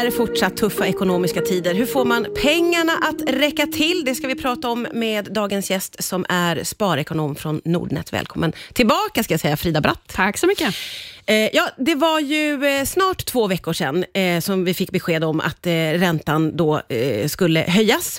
är fortsatt tuffa ekonomiska tider. Hur får man pengarna att räcka till? Det ska vi prata om med dagens gäst som är sparekonom från Nordnet. Välkommen tillbaka ska jag säga, Frida Bratt. Tack så mycket. Ja, det var ju snart 2 veckor sedan som vi fick besked om att räntan då skulle höjas.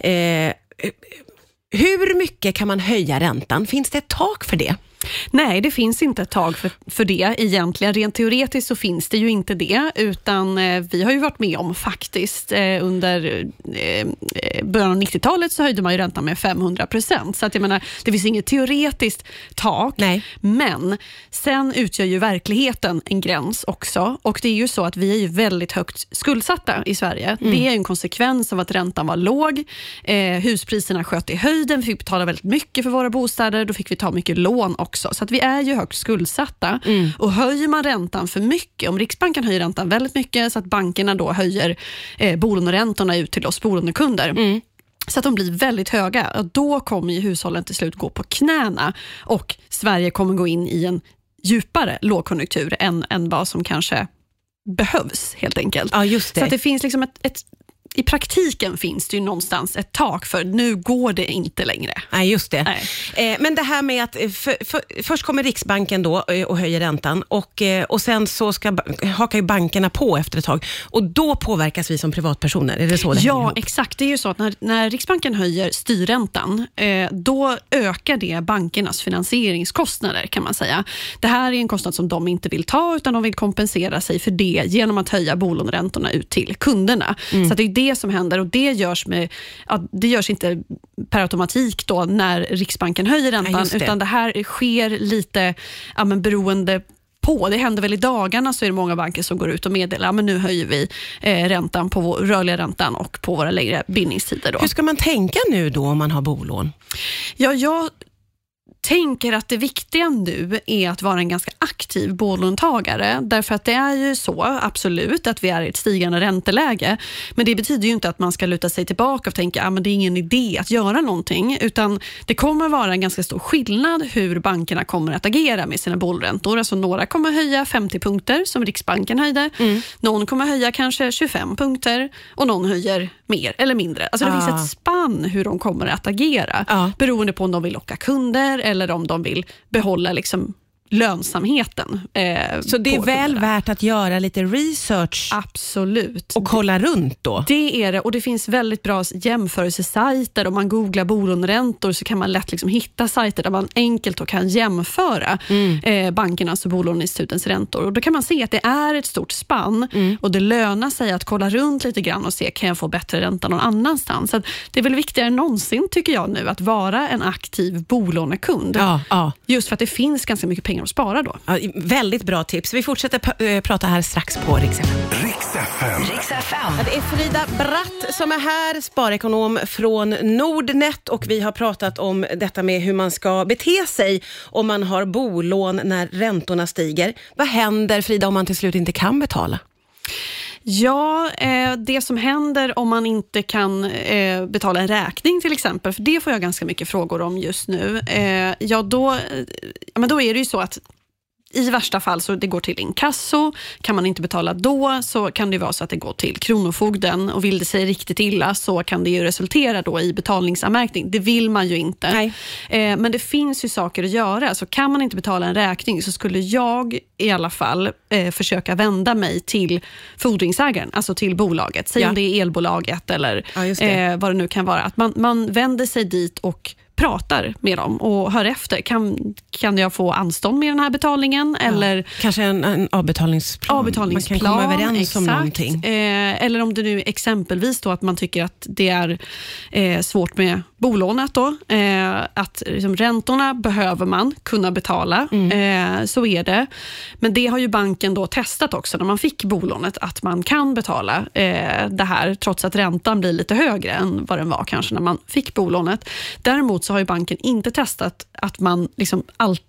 Hur mycket kan man höja räntan? Finns det ett tak för det? Nej, det finns inte ett tag för det egentligen. Rent teoretiskt så finns det ju inte det, utan vi har ju varit med om faktiskt under början av 90-talet så höjde man ju räntan med 500%. Så att jag menar, det finns inget teoretiskt tak. Nej. Men sen utgör ju verkligheten en gräns också. Och det är ju så att vi är ju väldigt högt skuldsatta i Sverige. Det är en konsekvens av att räntan var låg. Huspriserna sköt i höjden. Vi fick betala väldigt mycket för våra bostäder. Då fick vi ta mycket lån också. Så att vi är ju högt skuldsatta. Och höjer man räntan för mycket, om Riksbanken höjer räntan väldigt mycket så att bankerna då höjer bolåneräntorna ut till oss bolånekunder. Så att de blir väldigt höga, då kommer ju hushållen till slut gå på knäna och Sverige kommer gå in i en djupare lågkonjunktur än vad som kanske behövs helt enkelt. Ja, just det. Så att det finns liksom i praktiken finns det ju någonstans ett tak för nu går det inte längre. Nej, just det. Nej. Men det här med att först kommer Riksbanken då och höjer räntan och sen så hakar ju bankerna på efter ett tag och då påverkas vi som privatpersoner. Är det så det Ja, exakt. Det är ju så att när Riksbanken höjer styrräntan då ökar det bankernas finansieringskostnader kan man säga. Det här är en kostnad som de inte vill ta utan de vill kompensera sig för det genom att höja bolåneräntorna ut till kunderna. Så att det är det som händer och det görs inte per automatik då när Riksbanken höjer räntan utan det här sker lite beroende på. Det händer väl i dagarna så är det många banker som går ut och meddelar men nu höjer vi räntan på rörliga räntan och på våra längre bindningstider då. Hur ska man tänka nu då om man har bolån? Ja, jag tänker att det viktiga nu är att vara en ganska aktiv bolåntagare därför att det är ju så, absolut, att vi är i ett stigande ränteläge men det betyder ju inte att man ska luta sig tillbaka och tänka men det är ingen idé att göra någonting utan det kommer vara en ganska stor skillnad hur bankerna kommer att agera med sina bolräntor. Alltså några kommer höja 50 punkter som Riksbanken höjde, någon kommer höja kanske 25 punkter och någon höjer mer eller mindre. Alltså det finns ett spann hur de kommer att agera beroende på om de vill locka kunder eller om de vill behålla liksom lönsamheten. Så det är väl värt att göra lite research? Absolut. Och kolla runt då? Det är det, och det finns väldigt bra jämförelsesajter. Om man googlar bolåneräntor så kan man lätt liksom hitta sajter där man enkelt då kan jämföra bankernas och bolåneinstitutens räntor. Och då kan man se att det är ett stort spann och det lönar sig att kolla runt lite grann och se, kan jag få bättre ränta någon annanstans? Så att det är väl viktigare än någonsin tycker jag nu att vara en aktiv bolånekund. Ja. Just för att det finns ganska mycket pengar att spara då. Ja, väldigt bra tips. Vi fortsätter prata här strax på Rix FM. Rix FM. Ja, det är Frida Bratt som är här, sparekonom från Nordnet och vi har pratat om detta med hur man ska bete sig om man har bolån när räntorna stiger. Vad händer, Frida, om man till slut inte kan betala? Ja, det som händer om man inte kan betala en räkning till exempel, för det får jag ganska mycket frågor om just nu. Då är det ju så att i värsta fall så det går till inkasso, kan man inte betala då så kan det vara så att det går till kronofogden och vill det sig riktigt illa så kan det ju resultera då i betalningsanmärkning. Det vill man ju inte. Nej. Men det finns ju saker att göra, så kan man inte betala en räkning så skulle jag i alla fall försöka vända mig till fordringsägaren, alltså till bolaget. Säg om det är elbolaget eller vad det nu kan vara. Att man vänder sig dit och pratar med dem och hör efter. Kan jag få anstånd med den här betalningen? Eller kanske en avbetalningsplan. Man kan komma överens om någonting. Eller om det nu exempelvis då att man tycker att det är svårt med bolånet då. Att liksom, räntorna behöver man kunna betala. Så är det. Men det har ju banken då testat också när man fick bolånet att man kan betala det här trots att räntan blir lite högre än vad den var kanske när man fick bolånet. Däremot så har ju banken inte testat att man liksom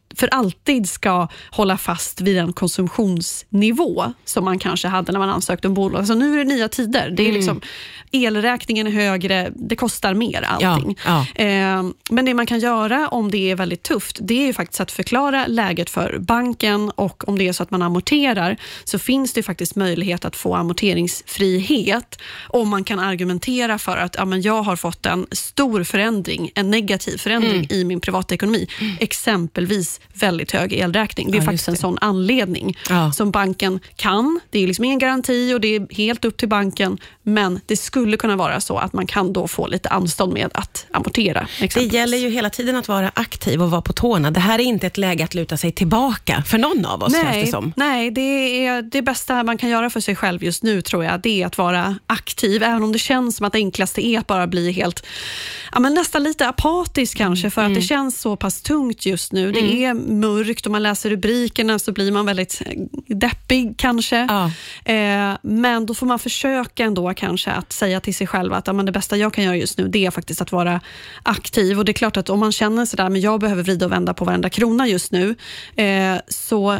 för alltid ska hålla fast vid den konsumtionsnivå som man kanske hade när man ansökte om bolån. Alltså nu är det nya tider. Det är liksom, elräkningen är högre, det kostar mer allting. Men det man kan göra om det är väldigt tufft, det är ju faktiskt att förklara läget för banken, och om det är så att man amorterar så finns det faktiskt möjlighet att få amorteringsfrihet om man kan argumentera för att jag har fått en stor förändring, en negativ förändring i min privatekonomi. Exempelvis väldigt hög elräkning. Det är faktiskt en sån anledning som banken kan. Det är liksom ingen garanti och det är helt upp till banken, men det skulle kunna vara så att man kan då få lite anstånd med att amortera. Det gäller ju hela tiden att vara aktiv och vara på tårna. Det här är inte ett läge att luta sig tillbaka för någon av oss, känns det som. Nej, det är det bästa man kan göra för sig själv just nu, tror jag. Det är att vara aktiv, även om det känns som att det enklaste är att bara bli helt, nästan lite apatisk kanske, för att det känns så pass tungt just nu. Det är mörkt och man läser rubrikerna så blir man väldigt deppig kanske. Men då får man försöka ändå kanske att säga till sig själv att det bästa jag kan göra just nu, det är faktiskt att vara aktiv. Och det är klart att om man känner sådär, men jag behöver vrida och vända på varenda krona just nu, så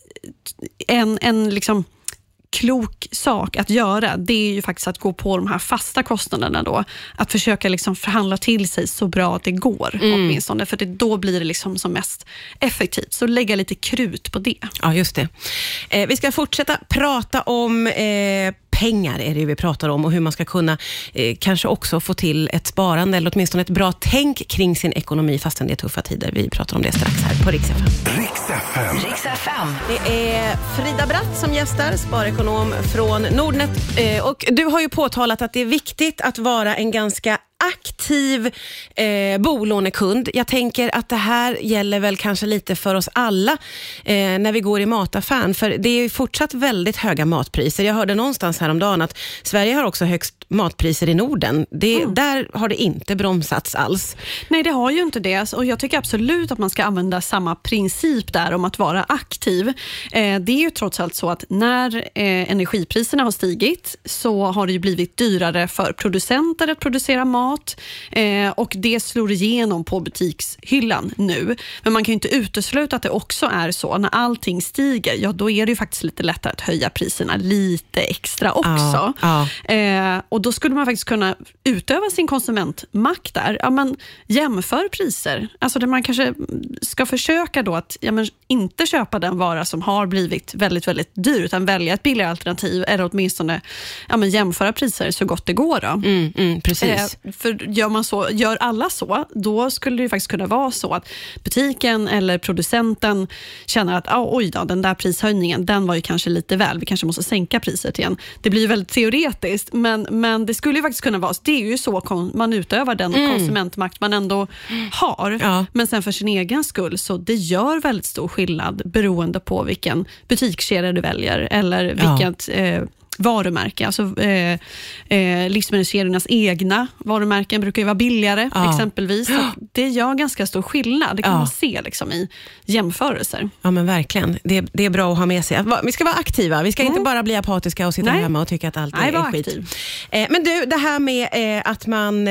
en liksom klok sak att göra, det är ju faktiskt att gå på de här fasta kostnaderna då. Att försöka liksom förhandla till sig så bra att det går åtminstone, för då blir det liksom som mest effektivt. Så lägga lite krut på det. Ja, just det. Vi ska fortsätta prata om pengar är det vi pratar om, och hur man ska kunna kanske också få till ett sparande eller åtminstone ett bra tänk kring sin ekonomi fastän det är tuffa tider. Vi pratar om det strax här på Rix FM. Rix FM. Det är Frida Bratt som gästar, sparekonom från Nordnet. Och du har ju påtalat att det är viktigt att vara en ganska aktiv bolånekund. Jag tänker att det här gäller väl kanske lite för oss alla när vi går i mataffären, för det är ju fortsatt väldigt höga matpriser. Jag hörde någonstans häromdagen att Sverige har också högst matpriser i Norden. Där har det inte bromsats alls. Nej, det har ju inte det, och jag tycker absolut att man ska använda samma princip där om att vara aktiv. Det är ju trots allt så att när energipriserna har stigit så har det ju blivit dyrare för producenter att producera mat. Och det slår igenom på butikshyllan nu. Men man kan ju inte utesluta att det också är så. När allting stiger, då är det ju faktiskt lite lättare att höja priserna lite extra också. Och då skulle man faktiskt kunna utöva sin konsumentmakt där. Jämför priser. Alltså där man kanske ska försöka då att inte köpa den vara som har blivit väldigt, väldigt dyr, utan välja ett billigare alternativ, eller åtminstone jämföra priser så gott det går då. Precis. För gör alla så, då skulle det faktiskt kunna vara så att butiken eller producenten känner att oj då, den där prishöjningen, den var ju kanske lite väl, vi kanske måste sänka priset igen. Det blir väldigt teoretiskt, men det skulle ju faktiskt kunna vara så. Det är ju så man utövar den konsumentmakt man ändå har. Men sen för sin egen skull, så det gör väldigt stor skillnad beroende på vilken butikskedja du väljer eller vilket varumärke. Alltså livsmedelskedjornas egna varumärken brukar ju vara billigare exempelvis. Så det gör ganska stor skillnad. Det kan man se liksom i jämförelser. Ja, men verkligen. Det är bra att ha med sig. Vi ska vara aktiva. Vi ska inte bara bli apatiska och sitta hemma och tycka att allt är skit. Men du, det här med att man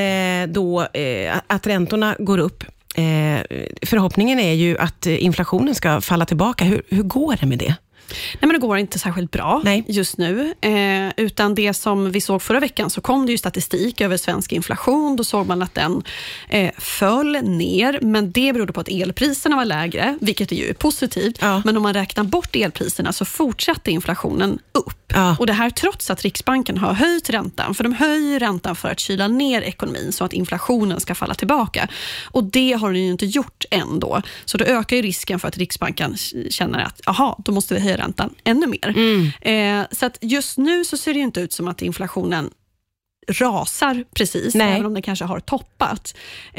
att räntorna går upp. Förhoppningen är ju att inflationen ska falla tillbaka. Hur går det med det? Nej, men det går inte särskilt bra just nu. Utan det som vi såg förra veckan, så kom det ju statistik över svensk inflation. Då såg man att den föll ner, men det berodde på att elpriserna var lägre, vilket är ju positivt. Men om man räknar bort elpriserna så fortsatte inflationen upp. Och det här trots att Riksbanken har höjt räntan. För de höjer räntan för att kyla ner ekonomin så att inflationen ska falla tillbaka. Och det har den ju inte gjort ändå. Så då ökar ju risken för att Riksbanken känner att då måste vi höja räntan ännu mer. Så att just nu så ser det ju inte ut som att inflationen rasar precis, även om den kanske har toppat.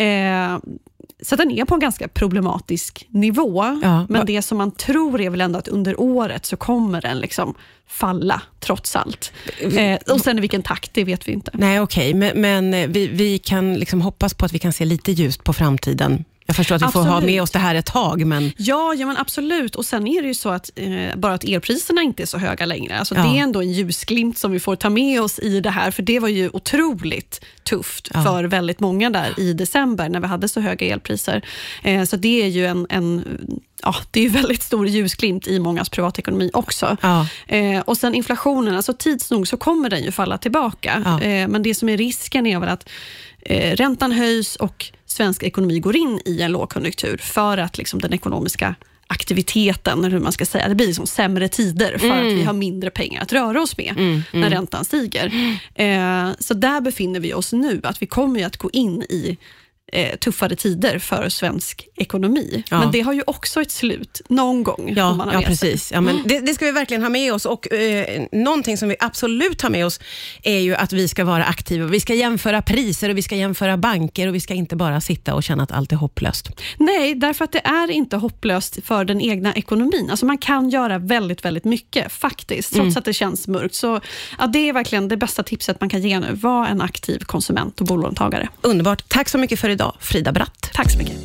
Så den är på en ganska problematisk nivå. Men det som man tror är väl ändå att under året så kommer den liksom falla trots allt. Och sen i vilken takt, det vet vi inte. Nej, okej. Men vi kan liksom hoppas på att vi kan se lite ljust på framtiden Jag förstår att vi får ha med oss det här ett tag, men... Ja, men absolut. Och sen är det ju så att bara att elpriserna inte är så höga längre. Alltså det är ändå en ljusglimt som vi får ta med oss i det här, för det var ju otroligt tufft för väldigt många där i december när vi hade så höga elpriser. Så det är ju det är ju väldigt stor ljusglimt i mångas privatekonomi också. Och sen inflationen, alltså tids nog så kommer den ju falla tillbaka. Men det som är risken är väl att räntan höjs och svensk ekonomi går in i en lågkonjunktur för att liksom den ekonomiska aktiviteten, eller hur man ska säga, det blir liksom sämre tider för att vi har mindre pengar att röra oss med när räntan stiger. Så där befinner vi oss nu, att vi kommer ju att gå in i tuffare tider för svensk ekonomi. Men det har ju också ett slut någon gång. Ja, precis. Ja, men det ska vi verkligen ha med oss, och någonting som vi absolut har med oss är ju att vi ska vara aktiva. Vi ska jämföra priser och vi ska jämföra banker, och vi ska inte bara sitta och känna att allt är hopplöst. Nej, därför att det är inte hopplöst för den egna ekonomin. Alltså man kan göra väldigt, väldigt mycket faktiskt, trots att det känns mörkt. Så det är verkligen det bästa tipset man kan ge nu. Var en aktiv konsument och bolåntagare. Underbart. Tack så mycket för idag, Frida Bratt. Tack så mycket.